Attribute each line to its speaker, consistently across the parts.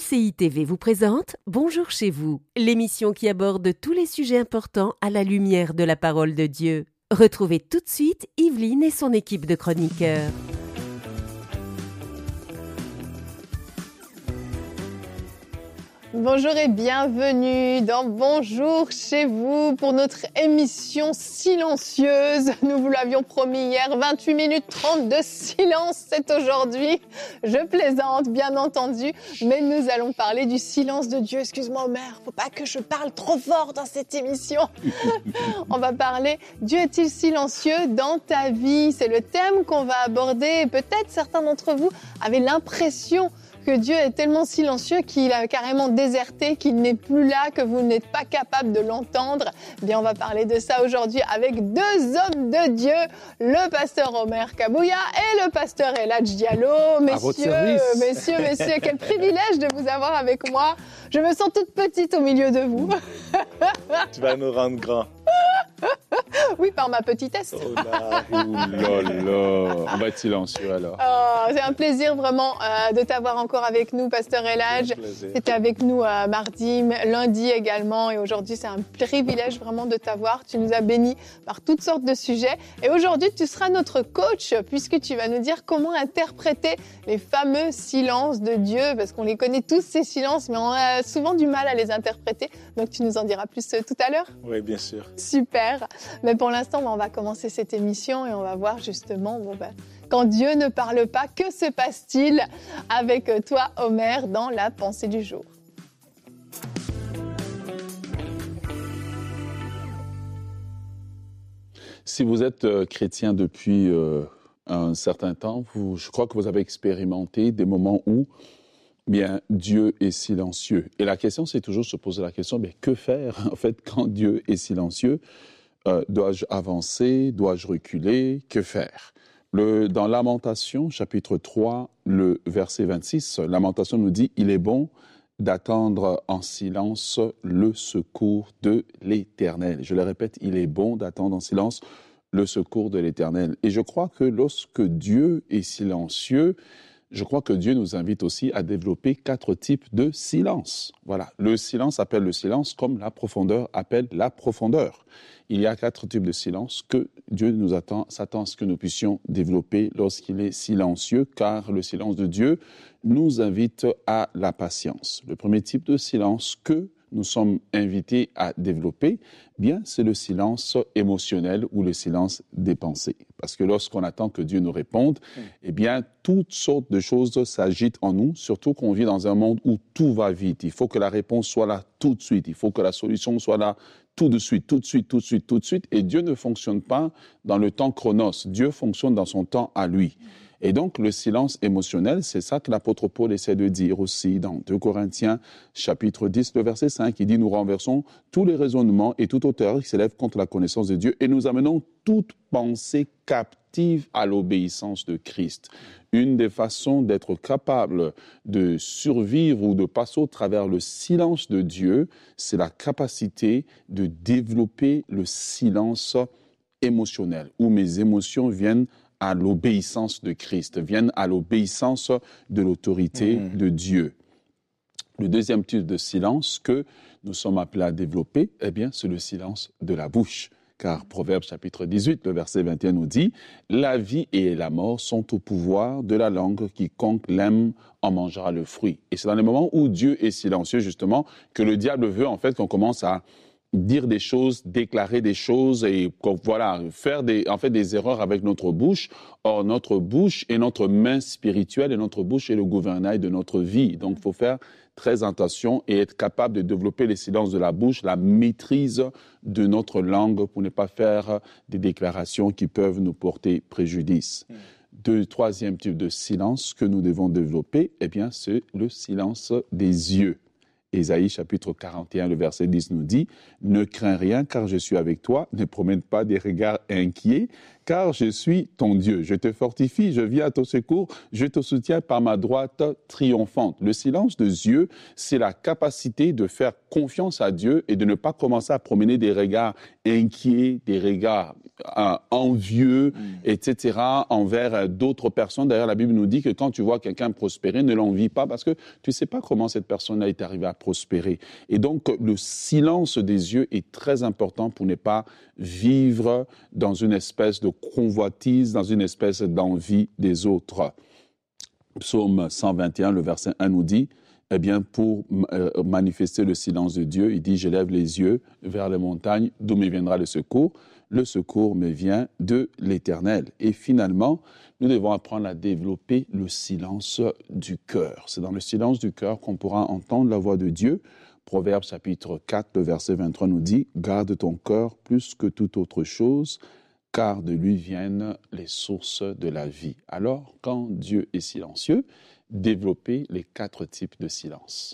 Speaker 1: MCI TV vous présente Bonjour chez vous, l'émission qui aborde tous les sujets importants à la lumière de la parole de Dieu. Retrouvez tout de suite Yveline et son équipe de chroniqueurs.
Speaker 2: Bonjour et bienvenue dans Bonjour chez vous pour notre émission silencieuse. Nous vous l'avions promis hier, 28 minutes 30 de silence, c'est aujourd'hui. Je plaisante, bien entendu, mais nous allons parler du silence de Dieu. Excuse-moi Omer, faut pas que je parle trop fort dans cette émission. On va parler, Dieu est-il silencieux dans ta vie? C'est le thème qu'on va aborder. Peut-être certains d'entre vous avaient l'impression que Dieu est tellement silencieux qu'il a carrément déserté, qu'il n'est plus là, que vous n'êtes pas capable de l'entendre. Eh bien, on va parler de ça aujourd'hui avec deux hommes de Dieu, le pasteur Omer Kabouya et le pasteur Eladj Diallo. Messieurs, quel privilège de vous avoir avec moi. Je me sens toute petite au milieu de vous.
Speaker 3: Tu vas nous rendre grands.
Speaker 2: Oui, par ma petitesse.
Speaker 3: Oh là,
Speaker 4: on va être silencieux alors.
Speaker 2: C'est un plaisir vraiment de t'avoir encore avec nous, pasteur Eladj. C'était avec nous mardi, lundi également, et aujourd'hui c'est un privilège vraiment de t'avoir. Tu nous as bénis par toutes sortes de sujets, et aujourd'hui tu seras notre coach puisque tu vas nous dire comment interpréter les fameux silences de Dieu, parce qu'on les connaît tous ces silences, mais on a souvent du mal à les interpréter. Donc tu nous en diras plus tout à l'heure.
Speaker 3: Oui, bien sûr.
Speaker 2: Super. Mais pour l'instant, on va commencer cette émission et on va voir justement, quand Dieu ne parle pas, que se passe-t-il avec toi, Omer, dans la pensée du jour?
Speaker 4: Si vous êtes chrétien depuis un certain temps, je crois que vous avez expérimenté des moments où Dieu est silencieux. Et la question, c'est toujours se poser la question, que faire en fait quand Dieu est silencieux? Dois-je avancer? Dois-je reculer? Que faire? Dans Lamentation, chapitre 3, le verset 26, Lamentation nous dit « Il est bon d'attendre en silence le secours de l'Éternel ». Je le répète, il est bon d'attendre en silence le secours de l'Éternel. Et je crois que lorsque Dieu est silencieux, je crois que Dieu nous invite aussi à développer 4 types de silence. Voilà, le silence appelle le silence comme la profondeur appelle la profondeur. Il y a 4 types de silence que Dieu s'attend à ce que nous puissions développer lorsqu'il est silencieux, car le silence de Dieu nous invite à la patience. Le premier type de silence que nous sommes invités à développer, c'est le silence émotionnel ou le silence des pensées. Parce que lorsqu'on attend que Dieu nous réponde, toutes sortes de choses s'agitent en nous, surtout qu'on vit dans un monde où tout va vite. Il faut que la réponse soit là tout de suite. Il faut que la solution soit là tout de suite, tout de suite. Et Dieu ne fonctionne pas dans le temps chronos. Dieu fonctionne dans son temps à lui. Et donc, le silence émotionnel, c'est ça que l'apôtre Paul essaie de dire aussi dans 2 Corinthiens, chapitre 10, le verset 5. Il dit, nous renversons tous les raisonnements et toute hauteur qui s'élève contre la connaissance de Dieu et nous amenons toute pensée captive à l'obéissance de Christ. Une des façons d'être capable de survivre ou de passer au travers le silence de Dieu, c'est la capacité de développer le silence émotionnel, où mes émotions viennent à l'obéissance de Christ, viennent à l'obéissance de l'autorité de Dieu. Le deuxième type de silence que nous sommes appelés à développer, c'est le silence de la bouche. Car Proverbe chapitre 18, le verset 21 nous dit « La vie et la mort sont au pouvoir de la langue, quiconque l'aime en mangera le fruit. » Et c'est dans les moments où Dieu est silencieux, justement, que le diable veut en fait qu'on commence à dire des choses, déclarer des choses et faire des erreurs avec notre bouche. Or, notre bouche est notre main spirituelle et notre bouche est le gouvernail de notre vie. Donc, il faut faire très attention et être capable de développer les silences de la bouche, la maîtrise de notre langue pour ne pas faire des déclarations qui peuvent nous porter préjudice. Troisième type de silence que nous devons développer, c'est le silence des yeux. Ésaïe chapitre 41, le verset 10 nous dit « Ne crains rien car je suis avec toi, ne promène pas des regards inquiets, car je suis ton Dieu. Je te fortifie, je viens à ton secours, je te soutiens par ma droite triomphante. » Le silence de Dieu, c'est la capacité de faire confiance à Dieu et de ne pas commencer à promener des regards inquiets, des regards envieux, etc., envers d'autres personnes. D'ailleurs, la Bible nous dit que quand tu vois quelqu'un prospérer, ne l'envie pas parce que tu ne sais pas comment cette personne est arrivée à prospérer. Et donc, le silence des yeux est très important pour ne pas vivre dans une espèce de convoitise, dans une espèce d'envie des autres. Psaume 121, le verset 1 nous dit, eh bien, pour manifester le silence de Dieu, il dit, je lève les yeux vers les montagnes, d'où me viendra le secours. Le secours me vient de l'Éternel. Et finalement, nous devons apprendre à développer le silence du cœur. C'est dans le silence du cœur qu'on pourra entendre la voix de Dieu. Proverbe chapitre 4, le verset 23 nous dit, « Garde ton cœur plus que toute autre chose, car de lui viennent les sources de la vie. » Alors, quand Dieu est silencieux, développez les 4 types de silence.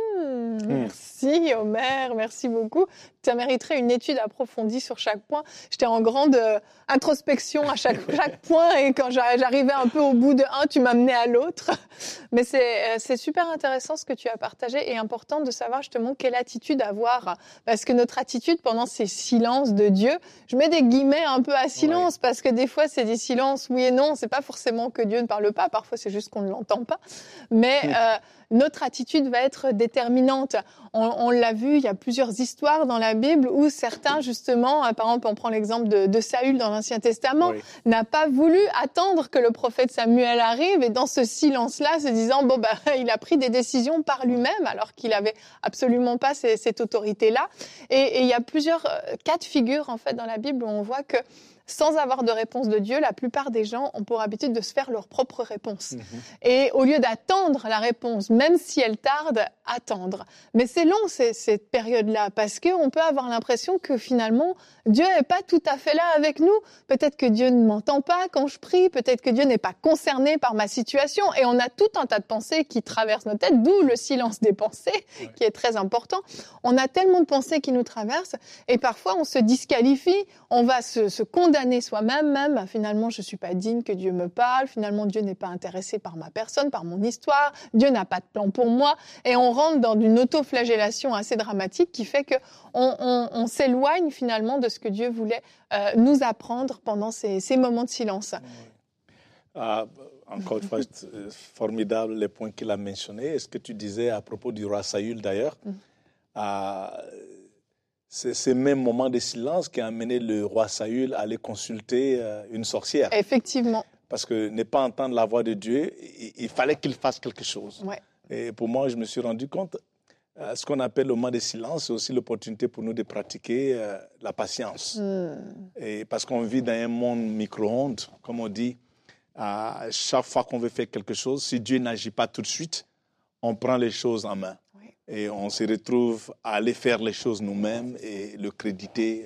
Speaker 2: Merci Omer, merci beaucoup. Ça mériterait une étude approfondie sur chaque point. J'étais en grande introspection à chaque point et quand j'arrivais un peu au bout de un, tu m'amenais à l'autre. Mais c'est super intéressant ce que tu as partagé et important de savoir justement quelle attitude avoir. Parce que notre attitude pendant ces silences de Dieu, je mets des guillemets un peu à silence parce que des fois c'est des silences oui et non. C'est pas forcément que Dieu ne parle pas, parfois c'est juste qu'on ne l'entend pas. Mais notre attitude va être déterminante. On l'a vu, il y a plusieurs histoires dans la Bible où certains, justement, par exemple, on prend l'exemple de Saül dans l'Ancien Testament, n'a pas voulu attendre que le prophète Samuel arrive et dans ce silence-là, se disant, il a pris des décisions par lui-même alors qu'il avait absolument pas cette autorité-là. Et il y a plusieurs cas de figure, en fait, dans la Bible où on voit que sans avoir de réponse de Dieu, la plupart des gens ont pour habitude de se faire leur propre réponse. Et au lieu d'attendre la réponse, même si elle tarde, attendre. Mais c'est long, cette période-là, parce qu'on peut avoir l'impression que finalement, Dieu n'est pas tout à fait là avec nous. Peut-être que Dieu ne m'entend pas quand je prie, peut-être que Dieu n'est pas concerné par ma situation. Et on a tout un tas de pensées qui traversent nos têtes, d'où le silence des pensées, qui est très important. On a tellement de pensées qui nous traversent, et parfois on se disqualifie, on va se condamner soi-même, finalement je ne suis pas digne que Dieu me parle, finalement Dieu n'est pas intéressé par ma personne, par mon histoire, Dieu n'a pas de plan pour moi, et on rentre dans une autoflagellation assez dramatique qui fait qu'on s'éloigne finalement de ce que Dieu voulait nous apprendre pendant ces moments de silence.
Speaker 3: Encore une fois, formidable les points qu'il a mentionnés. Et ce que tu disais à propos du roi Saül d'ailleurs, c'est ces mêmes moments de silence qui a amené le roi Saül à aller consulter une sorcière.
Speaker 2: Effectivement.
Speaker 3: Parce que ne pas entendre la voix de Dieu, il fallait qu'il fasse quelque chose.
Speaker 2: Ouais.
Speaker 3: Et pour moi, je me suis rendu compte, ce qu'on appelle le moment de silence, c'est aussi l'opportunité pour nous de pratiquer la patience. Et parce qu'on vit dans un monde micro-ondes, comme on dit, à chaque fois qu'on veut faire quelque chose, si Dieu n'agit pas tout de suite, on prend les choses en main. Et on se retrouve à aller faire les choses nous-mêmes et le créditer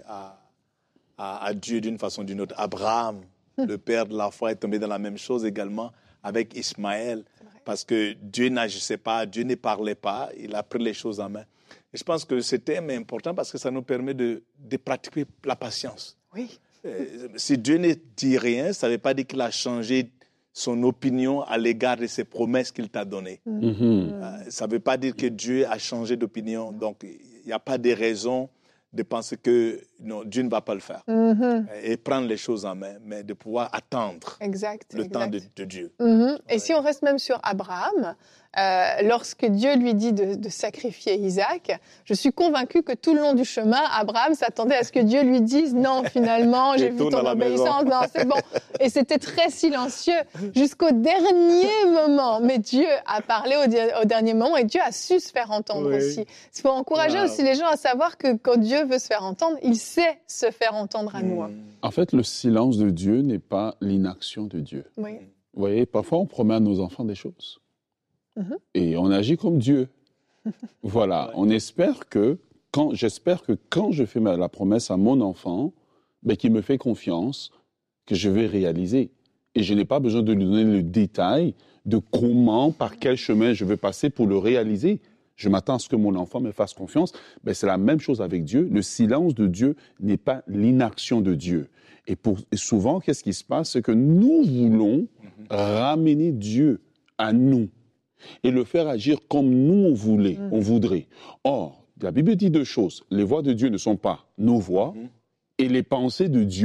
Speaker 3: à Dieu d'une façon ou d'une autre. Abraham, le père de la foi, est tombé dans la même chose également avec Ismaël. Parce que Dieu n'agissait pas, Dieu ne parlait pas, il a pris les choses en main. Et je pense que ce thème est important parce que ça nous permet de pratiquer la patience.
Speaker 2: Oui.
Speaker 3: Si Dieu ne dit rien, ça ne veut pas dire qu'il a changé son opinion à l'égard de ses promesses qu'il t'a données. Ça ne veut pas dire que Dieu a changé d'opinion. Donc, il n'y a pas de raison de penser que non, Dieu ne va pas le faire. Et prendre les choses en main, mais de pouvoir attendre le temps de Dieu.
Speaker 2: Et si on reste même sur Abraham, lorsque Dieu lui dit de sacrifier Isaac, je suis convaincue que tout le long du chemin, Abraham s'attendait à ce que Dieu lui dise « Non, finalement, j'ai vu ton obéissance, non, c'est bon ». Et c'était très silencieux jusqu'au dernier moment. Mais Dieu a parlé au dernier moment et Dieu a su se faire entendre aussi. Il faut encourager aussi les gens à savoir que quand Dieu veut se faire entendre, il sait se faire entendre à nous.
Speaker 4: En fait, le silence de Dieu n'est pas l'inaction de Dieu.
Speaker 2: Oui.
Speaker 4: Vous voyez, parfois on promet à nos enfants des choses. Et on agit comme Dieu. Voilà, j'espère que quand je fais la promesse à mon enfant, qu'il me fait confiance, que je vais réaliser. Et je n'ai pas besoin de lui donner le détail de comment, par quel chemin je vais passer pour le réaliser. Je m'attends à ce que mon enfant me fasse confiance. C'est la même chose avec Dieu. Le silence de Dieu n'est pas l'inaction de Dieu. Et souvent, qu'est-ce qui se passe? C'est que nous voulons ramener Dieu à nous et le faire agir comme nous on voudrait. Or, la Bible dit deux choses. Les voix de Dieu ne sont pas nos voix et les pensées de Dieu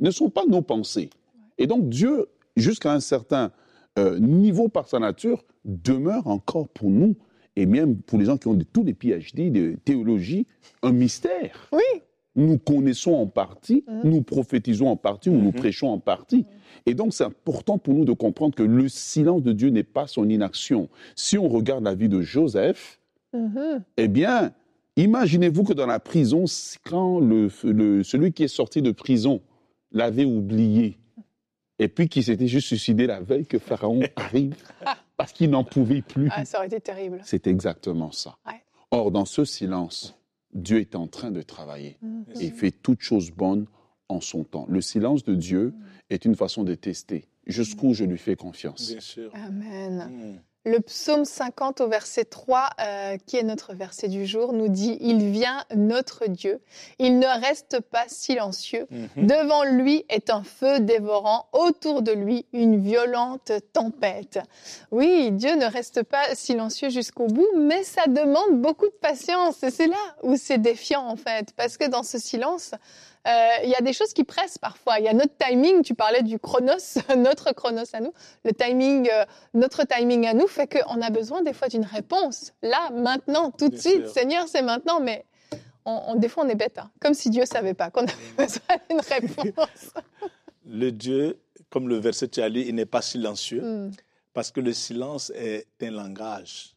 Speaker 4: ne sont pas nos pensées. Et donc Dieu, jusqu'à un certain niveau par sa nature, demeure encore pour nous, et même pour les gens qui ont tous les PhD de théologie, un mystère.
Speaker 2: Oui.
Speaker 4: Nous connaissons en partie, nous prophétisons en partie, ou nous prêchons en partie. Et donc, c'est important pour nous de comprendre que le silence de Dieu n'est pas son inaction. Si on regarde la vie de Joseph, eh bien, imaginez-vous que dans la prison, quand celui qui est sorti de prison l'avait oublié, et puis qui s'était juste suicidé la veille que Pharaon arrive, parce qu'il n'en pouvait plus.
Speaker 2: Ah, ça aurait été terrible.
Speaker 4: C'est exactement ça.
Speaker 2: Ouais.
Speaker 4: Or, dans ce silence, Dieu est en train de travailler et il fait toutes choses bonnes en son temps. Le silence de Dieu est une façon de tester jusqu'où je lui fais confiance.
Speaker 3: Bien sûr.
Speaker 2: Amen. Le psaume 50 au verset 3, qui est notre verset du jour, nous dit « Il vient notre Dieu, il ne reste pas silencieux. Devant lui est un feu dévorant, autour de lui une violente tempête. » Oui, Dieu ne reste pas silencieux jusqu'au bout, mais ça demande beaucoup de patience. Et c'est là où c'est défiant en fait, parce que dans ce silence, il y a des choses qui pressent parfois. Il y a notre timing, tu parlais du chronos, notre chronos à nous. Le timing, notre timing à nous fait qu'on a besoin des fois d'une réponse. Là, maintenant, tout de suite. Seigneur, c'est maintenant, mais des fois on est bête. Hein. Comme si Dieu ne savait pas qu'on avait besoin d'une réponse.
Speaker 3: Le Dieu, comme le verset que tu as lu, il n'est pas silencieux parce que le silence est un langage.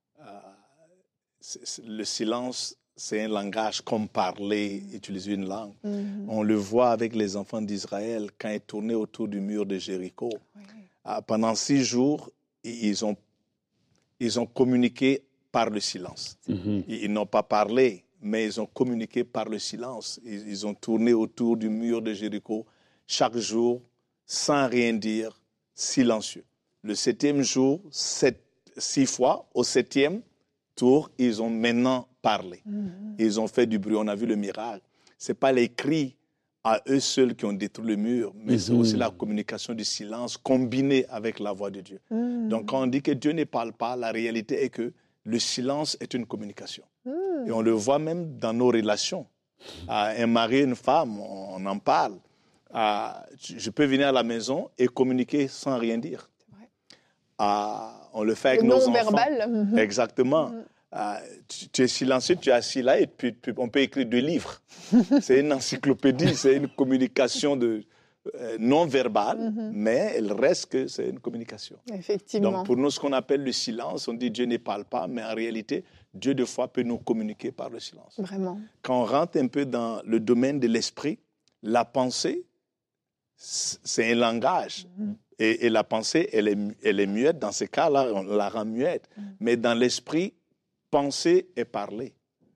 Speaker 3: Le silence, c'est un langage comme parler, utiliser une langue. On le voit avec les enfants d'Israël quand ils tournaient autour du mur de Jéricho. Oui. Pendant 6 jours, ils ont communiqué par le silence. Ils n'ont pas parlé, mais ils ont communiqué par le silence. Ils ont tourné autour du mur de Jéricho chaque jour, sans rien dire, silencieux. Le 7e jour, 6 fois, au 7e tour, ils ont maintenant parlé. Ils ont fait du bruit. On a vu le miracle. Ce n'est pas les cris à eux seuls qui ont détruit le mur, mais c'est aussi la communication du silence combinée avec la voix de Dieu. Donc, quand on dit que Dieu ne parle pas, la réalité est que le silence est une communication. Et on le voit même dans nos relations. Un mari et une femme, on en parle. Je peux venir à la maison et communiquer sans rien dire. On le fait avec nos enfants.
Speaker 2: Non-verbal.
Speaker 3: Exactement. Tu es silencieux, tu es assis là et puis on peut écrire 2 livres. C'est une encyclopédie, c'est une communication non-verbale, mais elle reste que c'est une communication.
Speaker 2: Effectivement.
Speaker 3: Donc pour nous, ce qu'on appelle le silence, on dit Dieu ne parle pas, mais en réalité, Dieu de fois peut nous communiquer par le silence.
Speaker 2: Vraiment. Quand
Speaker 3: on rentre un peu dans le domaine de l'esprit, la pensée, c'est un langage. Et la pensée, elle est muette. Dans ce cas-là, on la rend muette. Mais dans l'esprit, penser et parler.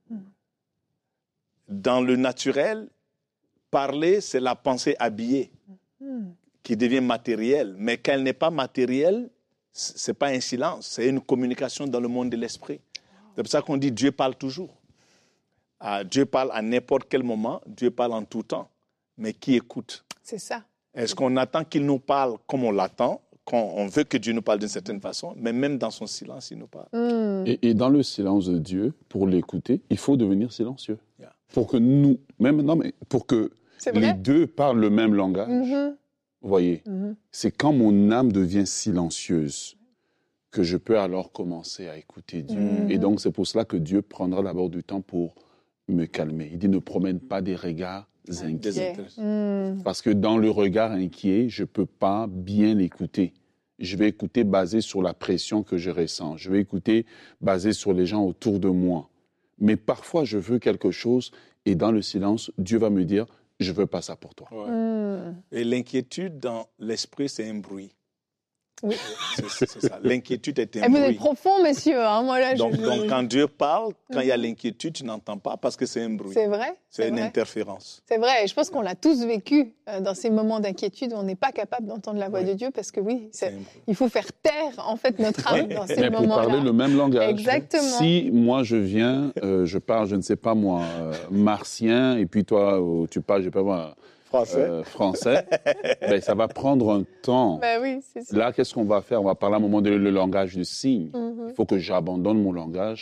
Speaker 3: Dans le naturel, parler, c'est la pensée habillée qui devient matérielle. Mais quand elle n'est pas matérielle, ce n'est pas un silence, c'est une communication dans le monde de l'esprit. C'est pour ça qu'on dit Dieu parle toujours. Dieu parle à n'importe quel moment, Dieu parle en tout temps. Mais qui écoute?
Speaker 2: C'est ça.
Speaker 3: Est-ce qu'on attend qu'il nous parle comme on l'attend, quand on veut que Dieu nous parle d'une certaine façon, mais même dans son silence, il nous parle.
Speaker 4: Et dans le silence de Dieu, pour l'écouter, il faut devenir silencieux.
Speaker 3: Yeah.
Speaker 4: Pour que pour que les deux parlent le même langage. Vous voyez, c'est quand mon âme devient silencieuse que je peux alors commencer à écouter Dieu. Et donc, c'est pour cela que Dieu prendra d'abord du temps pour me calmer. Il dit, ne promène pas des regards inquiets. Parce que dans le regard inquiet, je ne peux pas bien l'écouter. Je vais écouter basé sur la pression que je ressens. Je vais écouter basé sur les gens autour de moi. Mais parfois, je veux quelque chose et dans le silence, Dieu va me dire, je ne veux pas ça pour toi.
Speaker 3: Ouais. Et l'inquiétude dans l'esprit, c'est un bruit.
Speaker 2: Oui.
Speaker 3: C'est ça. L'inquiétude est un bruit.
Speaker 2: Vous êtes profond, messieurs. Hein, moi, là,
Speaker 3: donc, quand Dieu parle, quand il y a l'inquiétude, tu n'entends pas parce que c'est un bruit.
Speaker 2: C'est vrai.
Speaker 3: C'est une interférence.
Speaker 2: C'est vrai. Et je pense qu'on l'a tous vécu dans ces moments d'inquiétude où on n'est pas capable d'entendre la voix de Dieu parce que il faut faire taire en fait notre âme dans ces moments-là.
Speaker 4: Pour parler le même langage.
Speaker 2: Exactement.
Speaker 4: Si moi je viens, je parle, je ne sais pas moi, martien, et puis toi tu parles, je ne sais pas moi. Français, ben, ça va prendre un temps.
Speaker 2: Ben oui, c'est ça.
Speaker 4: Là, qu'est-ce qu'on va faire? On va parler à un moment donné le langage du signe. Il faut que j'abandonne mon langage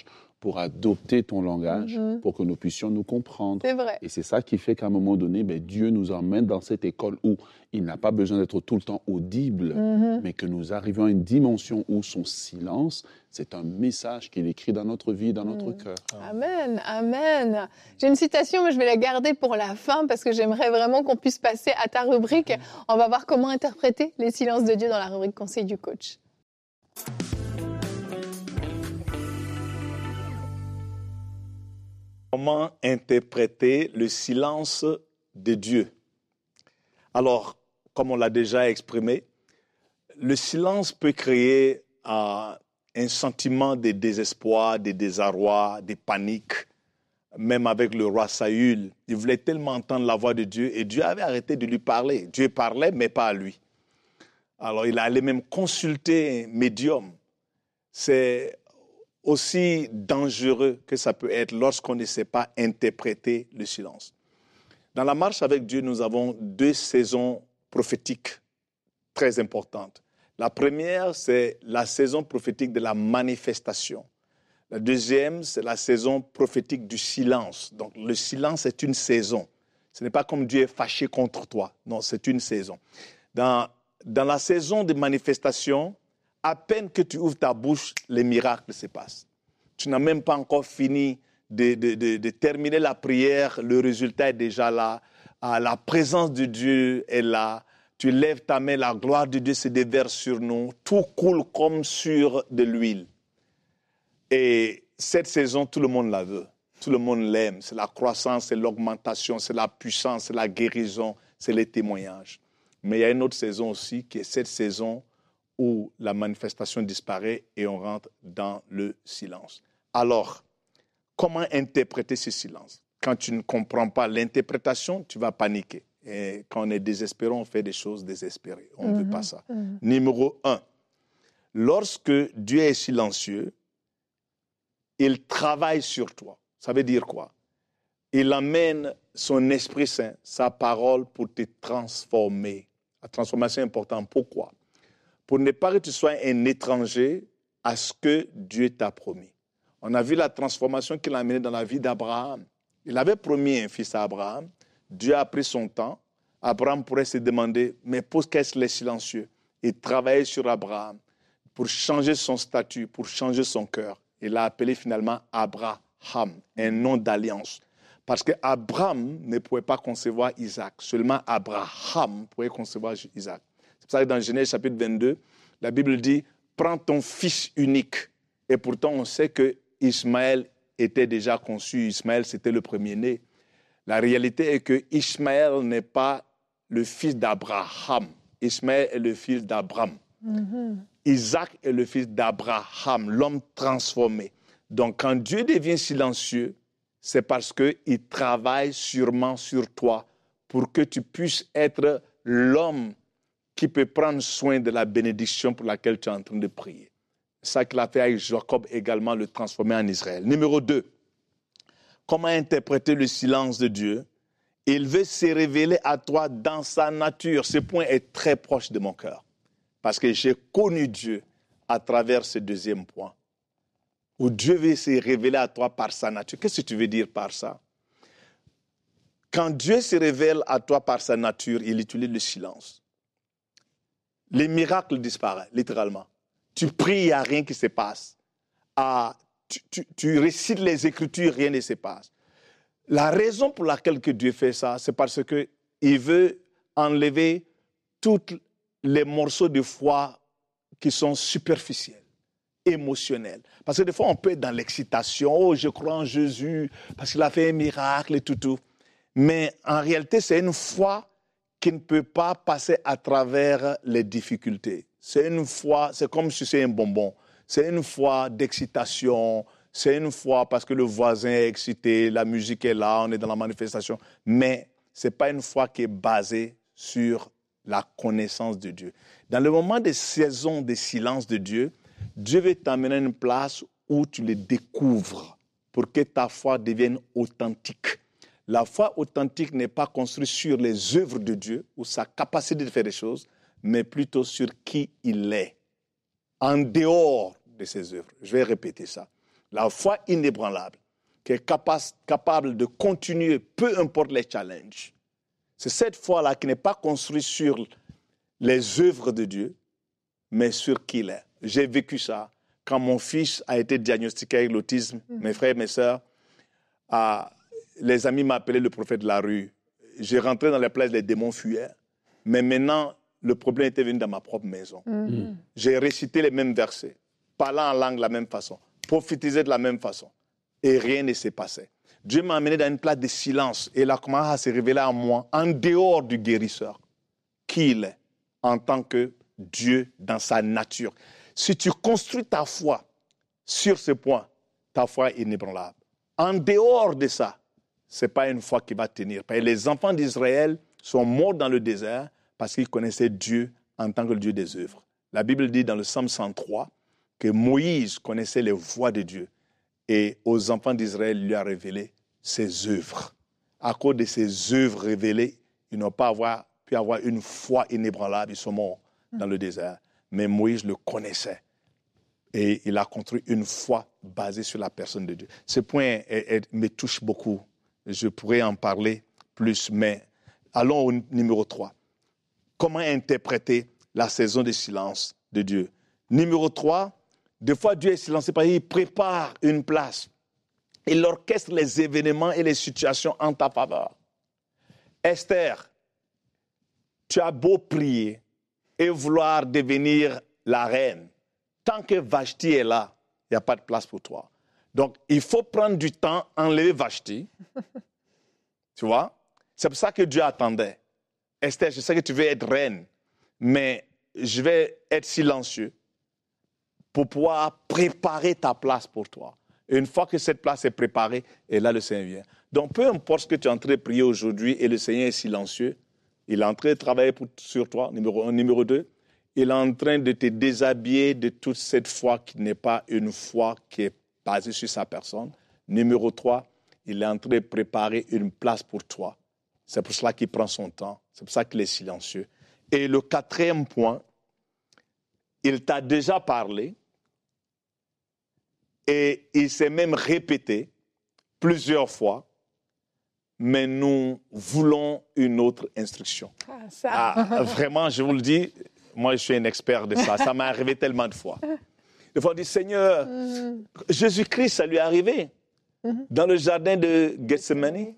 Speaker 4: pour adopter ton langage, pour que nous puissions nous comprendre.
Speaker 2: C'est vrai.
Speaker 4: Et c'est ça qui fait qu'à un moment donné, Dieu nous emmène dans cette école où il n'a pas besoin d'être tout le temps audible, mais que nous arrivions à une dimension où son silence, c'est un message qu'il écrit dans notre vie, dans notre cœur.
Speaker 2: Amen, amen. J'ai une citation, mais je vais la garder pour la fin parce que j'aimerais vraiment qu'on puisse passer à ta rubrique. On va voir comment interpréter les silences de Dieu dans la rubrique Conseil du coach.
Speaker 3: Comment interpréter le silence de Dieu? Alors, comme on l'a déjà exprimé, le silence peut créer un sentiment de désespoir, de désarroi, de panique. Même avec le roi Saül, il voulait tellement entendre la voix de Dieu et Dieu avait arrêté de lui parler. Dieu parlait, mais pas à lui. Alors, il allait même consulter un médium. C'est aussi dangereux que ça peut être lorsqu'on ne sait pas interpréter le silence. Dans la marche avec Dieu, nous avons 2 saisons prophétiques très importantes. La première, c'est la saison prophétique de la manifestation. La deuxième, c'est la saison prophétique du silence. Donc, le silence est une saison. Ce n'est pas comme Dieu est fâché contre toi. Non, c'est une saison. Dans la saison de manifestation, à peine que tu ouvres ta bouche, les miracles se passent. Tu n'as même pas encore fini de terminer la prière, le résultat est déjà là. La présence de Dieu est là. Tu lèves ta main, la gloire de Dieu se déverse sur nous. Tout coule comme sur de l'huile. Et cette saison, tout le monde la veut. Tout le monde l'aime. C'est la croissance, c'est l'augmentation, c'est la puissance, c'est la guérison, c'est les témoignages. Mais il y a une autre saison aussi qui est cette saison où la manifestation disparaît et on rentre dans le silence. Alors, comment interpréter ce silence? Quand tu ne comprends pas l'interprétation, tu vas paniquer. Et quand on est désespéré, on fait des choses désespérées. On ne veut pas ça. Numéro 1, lorsque Dieu est silencieux, il travaille sur toi. Ça veut dire quoi? Il amène son Esprit Saint, sa parole pour te transformer. La transformation est importante. Pourquoi? Pour ne pas que tu sois un étranger à ce que Dieu t'a promis. On a vu la transformation qu'il a amenée dans la vie d'Abraham. Il avait promis un fils à Abraham. Dieu a pris son temps. Abraham pourrait se demander, mais pourquoi qu'est-ce qu'il est silencieux? Il travaillait sur Abraham pour changer son statut, pour changer son cœur. Il l'a appelé finalement Abraham, un nom d'alliance. Parce qu'Abraham ne pouvait pas concevoir Isaac. Seulement Abraham pouvait concevoir Isaac. C'est pour ça que dans Genèse chapitre 22, la Bible dit « Prends ton fils unique ». Et pourtant, on sait que Ismaël était déjà conçu. Ismaël, c'était le premier-né. La réalité est que Ismaël n'est pas le fils d'Abraham. Ismaël est le fils d'Abraham. Isaac est le fils d'Abraham, l'homme transformé. Donc, quand Dieu devient silencieux, c'est parce qu'il travaille sûrement sur toi pour que tu puisses être l'homme qui peut prendre soin de la bénédiction pour laquelle tu es en train de prier. C'est ça qu'il a fait avec Jacob également, le transformer en Israël. Numéro 2, comment interpréter le silence de Dieu? Il veut se révéler à toi dans sa nature. Ce point est très proche de mon cœur. Parce que j'ai connu Dieu à travers ce deuxième point. Où Dieu veut se révéler à toi par sa nature. Qu'est-ce que tu veux dire par ça? Quand Dieu se révèle à toi par sa nature, il utilise le silence. Les miracles disparaissent, littéralement. Tu pries, il n'y a rien qui se passe. Tu récites les Écritures, rien ne se passe. La raison pour laquelle que Dieu fait ça, c'est parce qu'il veut enlever tous les morceaux de foi qui sont superficiels, émotionnels. Parce que des fois, on peut être dans l'excitation. « Oh, je crois en Jésus parce qu'il a fait un miracle et tout. » Mais en réalité, c'est une foi qui ne peut pas passer à travers les difficultés. C'est une foi, c'est comme si c'est un bonbon. C'est une foi d'excitation, c'est une foi parce que le voisin est excité, la musique est là, on est dans la manifestation. Mais ce n'est pas une foi qui est basée sur la connaissance de Dieu. Dans le moment des saisons de silence de Dieu, Dieu veut t'amener à une place où tu le découvres pour que ta foi devienne authentique. La foi authentique n'est pas construite sur les œuvres de Dieu ou sa capacité de faire des choses, mais plutôt sur qui il est, en dehors de ses œuvres. Je vais répéter ça. la foi inébranlable, qui est capable de continuer, peu importe les challenges. C'est cette foi-là qui n'est pas construite sur les œuvres de Dieu, mais sur qui il est. J'ai vécu ça. Quand mon fils a été diagnostiqué avec l'autisme, mes frères et mes sœurs, les amis m'appelaient le prophète de la rue. J'ai rentré dans les places, les démons fuyaient. Mais maintenant, le problème était venu dans ma propre maison. J'ai récité les mêmes versets, parlant en langue de la même façon, prophétisé de la même façon. Et rien ne s'est passé. Dieu m'a amené dans une place de silence. Et il a commencé à se révéler à moi, en dehors du guérisseur, qui il est, en tant que Dieu dans sa nature. Si tu construis ta foi sur ce point, ta foi est inébranlable. En dehors de ça, ce n'est pas une foi qui va tenir. Les enfants d'Israël sont morts dans le désert parce qu'ils connaissaient Dieu en tant que le Dieu des œuvres. La Bible dit dans le Psaume 103 que Moïse connaissait les voies de Dieu et aux enfants d'Israël, il lui a révélé ses œuvres. À cause de ses œuvres révélées, ils n'ont pas pu avoir une foi inébranlable. Ils sont morts dans le désert. Mais Moïse le connaissait. Et il a construit une foi basée sur la personne de Dieu. Ce point me touche beaucoup. Je pourrais en parler plus, mais allons au numéro 3. Comment interpréter la saison de silence de Dieu? Numéro 3, des fois Dieu est silencieux parce qu'il prépare une place. Il orchestre les événements et les situations en ta faveur. Esther, tu as beau prier et vouloir devenir la reine. Tant que Vashti est là, il n'y a pas de place pour toi. Donc, il faut prendre du temps, enlever Vashti. Tu vois? C'est pour ça que Dieu attendait. Esther, je sais que tu veux être reine, mais je vais être silencieux pour pouvoir préparer ta place pour toi. Et une fois que cette place est préparée, et là, le Seigneur vient. Donc, peu importe ce que tu es en train de prier aujourd'hui et le Seigneur est silencieux, il est en train de travailler sur toi, numéro 1. Numéro 2, il est en train de te déshabiller de toute cette foi qui n'est pas une foi qui est basée sur sa personne. Numéro 3, il est en train de préparer une place pour toi. C'est pour cela qu'il prend son temps. C'est pour ça qu'il est silencieux. Et le 4e point, il t'a déjà parlé et il s'est même répété plusieurs fois, mais nous voulons une autre instruction. Vraiment, je vous le dis, moi je suis un expert de ça. Ça m'est arrivé tellement de fois. Des fois on dit, Seigneur, Jésus-Christ, ça lui est arrivé dans le jardin de Gethsemane.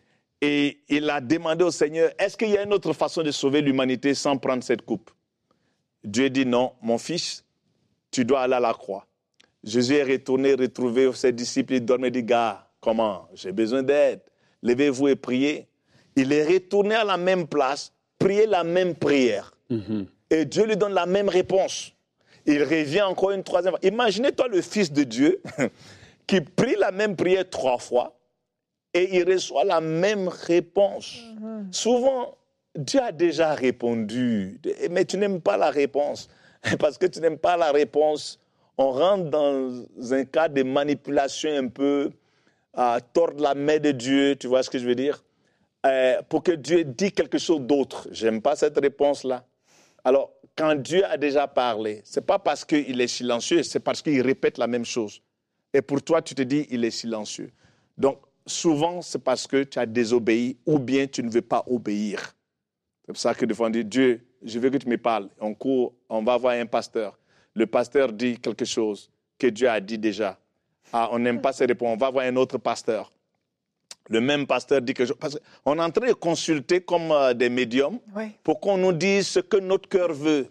Speaker 3: Et il a demandé au Seigneur, est-ce qu'il y a une autre façon de sauver l'humanité sans prendre cette coupe? Dieu dit, non, mon fils, tu dois aller à la croix. Jésus est retourné retrouver ses disciples, il dormait, il dit, gars, comment? J'ai besoin d'aide. Levez-vous et priez. Il est retourné à la même place, prier la même prière. Et Dieu lui donne la même réponse. Il revient encore une 3e fois. Imaginez-toi le Fils de Dieu qui prie la même prière 3 fois et il reçoit la même réponse. Souvent, Dieu a déjà répondu, mais tu n'aimes pas la réponse. Parce que tu n'aimes pas la réponse, on rentre dans un cas de manipulation un peu, tordre la main de Dieu, tu vois ce que je veux dire, pour que Dieu dise quelque chose d'autre. Je n'aime pas cette réponse-là. Alors, quand Dieu a déjà parlé, ce n'est pas parce qu'il est silencieux, c'est parce qu'il répète la même chose. Et pour toi, tu te dis, il est silencieux. Donc, souvent, c'est parce que tu as désobéi ou bien tu ne veux pas obéir. C'est pour ça que des fois, on dit, Dieu, je veux que tu me parles. On court, on va voir un pasteur. Le pasteur dit quelque chose que Dieu a dit déjà. On n'aime pas ses réponses. On va voir un autre pasteur. Le même pasteur dit quelque chose. Parce qu'on est en train de consulter comme des médiums pour qu'on nous dise ce que notre cœur veut.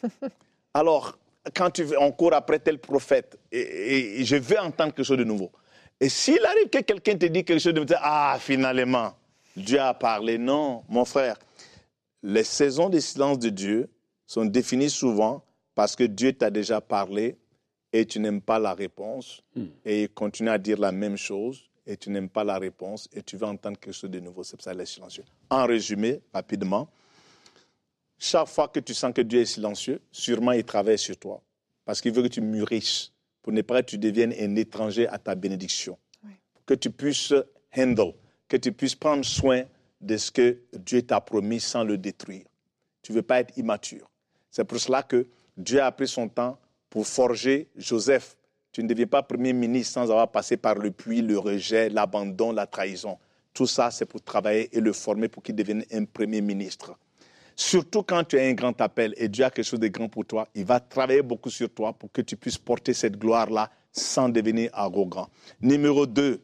Speaker 3: Alors, quand on court après tel prophète, et je veux entendre quelque chose de nouveau. Et s'il arrive que quelqu'un te dit quelque chose de nouveau, finalement, Dieu a parlé. Non, mon frère, les saisons de silence de Dieu sont définies souvent parce que Dieu t'a déjà parlé et tu n'aimes pas la réponse et il continue à dire la même chose et tu n'aimes pas la réponse et tu veux entendre quelque chose de nouveau. C'est pour ça qu'il est silencieux. En résumé, rapidement, chaque fois que tu sens que Dieu est silencieux, sûrement il travaille sur toi parce qu'il veut que tu mûrisses pour ne pas que tu deviennes un étranger à ta bénédiction. Que tu puisses handle, que tu puisses prendre soin de ce que Dieu t'a promis sans le détruire. Tu ne veux pas être immature. C'est pour cela que Dieu a pris son temps pour forger Joseph, Tu ne deviens pas Premier ministre sans avoir passé par le puits, le rejet, l'abandon, la trahison. Tout ça, c'est pour travailler et le former pour qu'il devienne un Premier ministre. Surtout quand tu as un grand appel et Dieu a quelque chose de grand pour toi, il va travailler beaucoup sur toi pour que tu puisses porter cette gloire-là sans devenir arrogant. Numéro 2,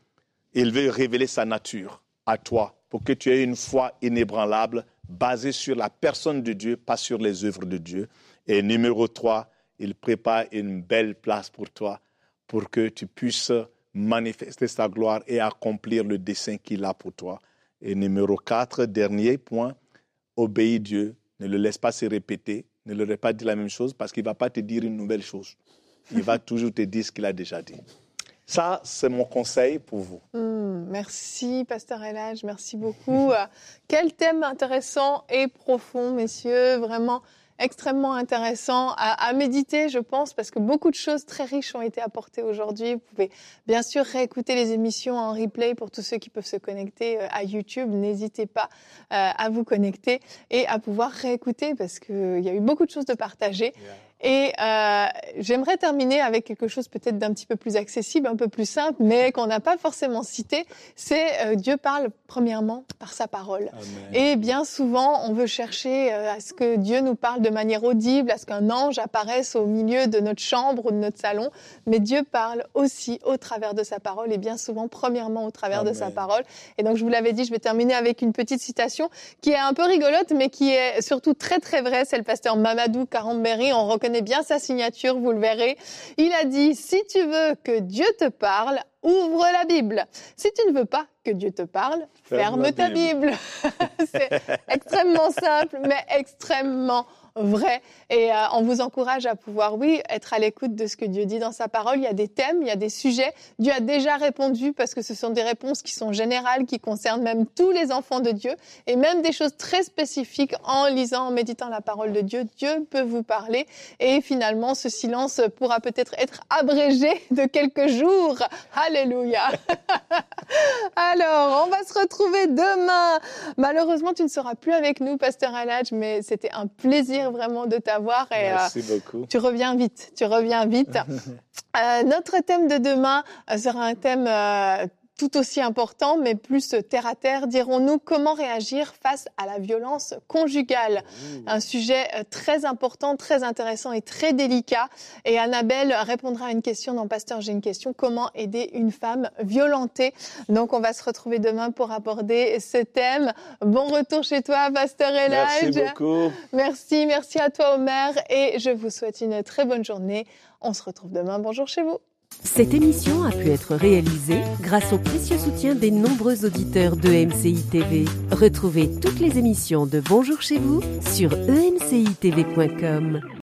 Speaker 3: il veut révéler sa nature à toi pour que tu aies une foi inébranlable basée sur la personne de Dieu, pas sur les œuvres de Dieu. Et numéro 3, il prépare une belle place pour toi pour que tu puisses manifester sa gloire et accomplir le dessein qu'il a pour toi. Et numéro 4, dernier point, obéis Dieu, ne le laisse pas se répéter, ne leur pas dire la même chose parce qu'il ne va pas te dire une nouvelle chose. Il va toujours te dire ce qu'il a déjà dit. Ça, c'est mon conseil pour vous.
Speaker 2: Merci, Pasteur Elhadj, merci beaucoup. Quel thème intéressant et profond, messieurs, vraiment extrêmement intéressant à méditer, je pense, parce que beaucoup de choses très riches ont été apportées aujourd'hui. Vous pouvez bien sûr réécouter les émissions en replay pour tous ceux qui peuvent se connecter à YouTube. N'hésitez pas à vous connecter et à pouvoir réécouter parce qu'il y a eu beaucoup de choses de partager. Et j'aimerais terminer avec quelque chose peut-être d'un petit peu plus accessible, un peu plus simple, mais qu'on n'a pas forcément cité. C'est Dieu parle premièrement par sa parole. Amen. Et bien souvent, on veut chercher à ce que Dieu nous parle de manière audible, à ce qu'un ange apparaisse au milieu de notre chambre ou de notre salon. Mais Dieu parle aussi au travers de sa parole et bien souvent, premièrement, au travers Amen. De sa parole. Et donc, je vous l'avais dit, je vais terminer avec une petite citation qui est un peu rigolote, mais qui est surtout très, très vraie. C'est le pasteur Mamadou Karambéry. On reconnaît bien sa signature, vous le verrez. Il a dit « Si tu veux que Dieu te parle, ouvre la Bible. Si tu ne veux pas que Dieu te parle, ferme ta Bible. » C'est extrêmement simple, mais extrêmement vrai. Et on vous encourage à pouvoir, oui, être à l'écoute de ce que Dieu dit dans sa parole. Il y a des thèmes, il y a des sujets. Dieu a déjà répondu parce que ce sont des réponses qui sont générales, qui concernent même tous les enfants de Dieu et même des choses très spécifiques en lisant, en méditant la parole de Dieu. Dieu peut vous parler et finalement, ce silence pourra peut-être être abrégé de quelques jours. Alléluia. Alors, on va se retrouver demain. Malheureusement, tu ne seras plus avec nous, Pasteur Elhadj, mais c'était un plaisir vraiment de t'avoir. Et,
Speaker 3: merci beaucoup.
Speaker 2: Tu reviens vite. Notre thème de demain sera un thème tout aussi important, mais plus terre à terre, dirons-nous, comment réagir face à la violence conjugale. Un sujet très important, très intéressant et très délicat. Et Annabelle répondra à une question dans Pasteur, j'ai une question. Comment aider une femme violentée? Donc, on va se retrouver demain pour aborder ce thème. Bon retour chez toi, Pasteur Elhadj.
Speaker 3: Merci beaucoup.
Speaker 2: Merci à toi, Omer. Et je vous souhaite une très bonne journée. On se retrouve demain. Bonjour chez vous.
Speaker 1: Cette émission a pu être réalisée grâce au précieux soutien des nombreux auditeurs de MCI TV. Retrouvez toutes les émissions de Bonjour chez vous sur emcitv.com.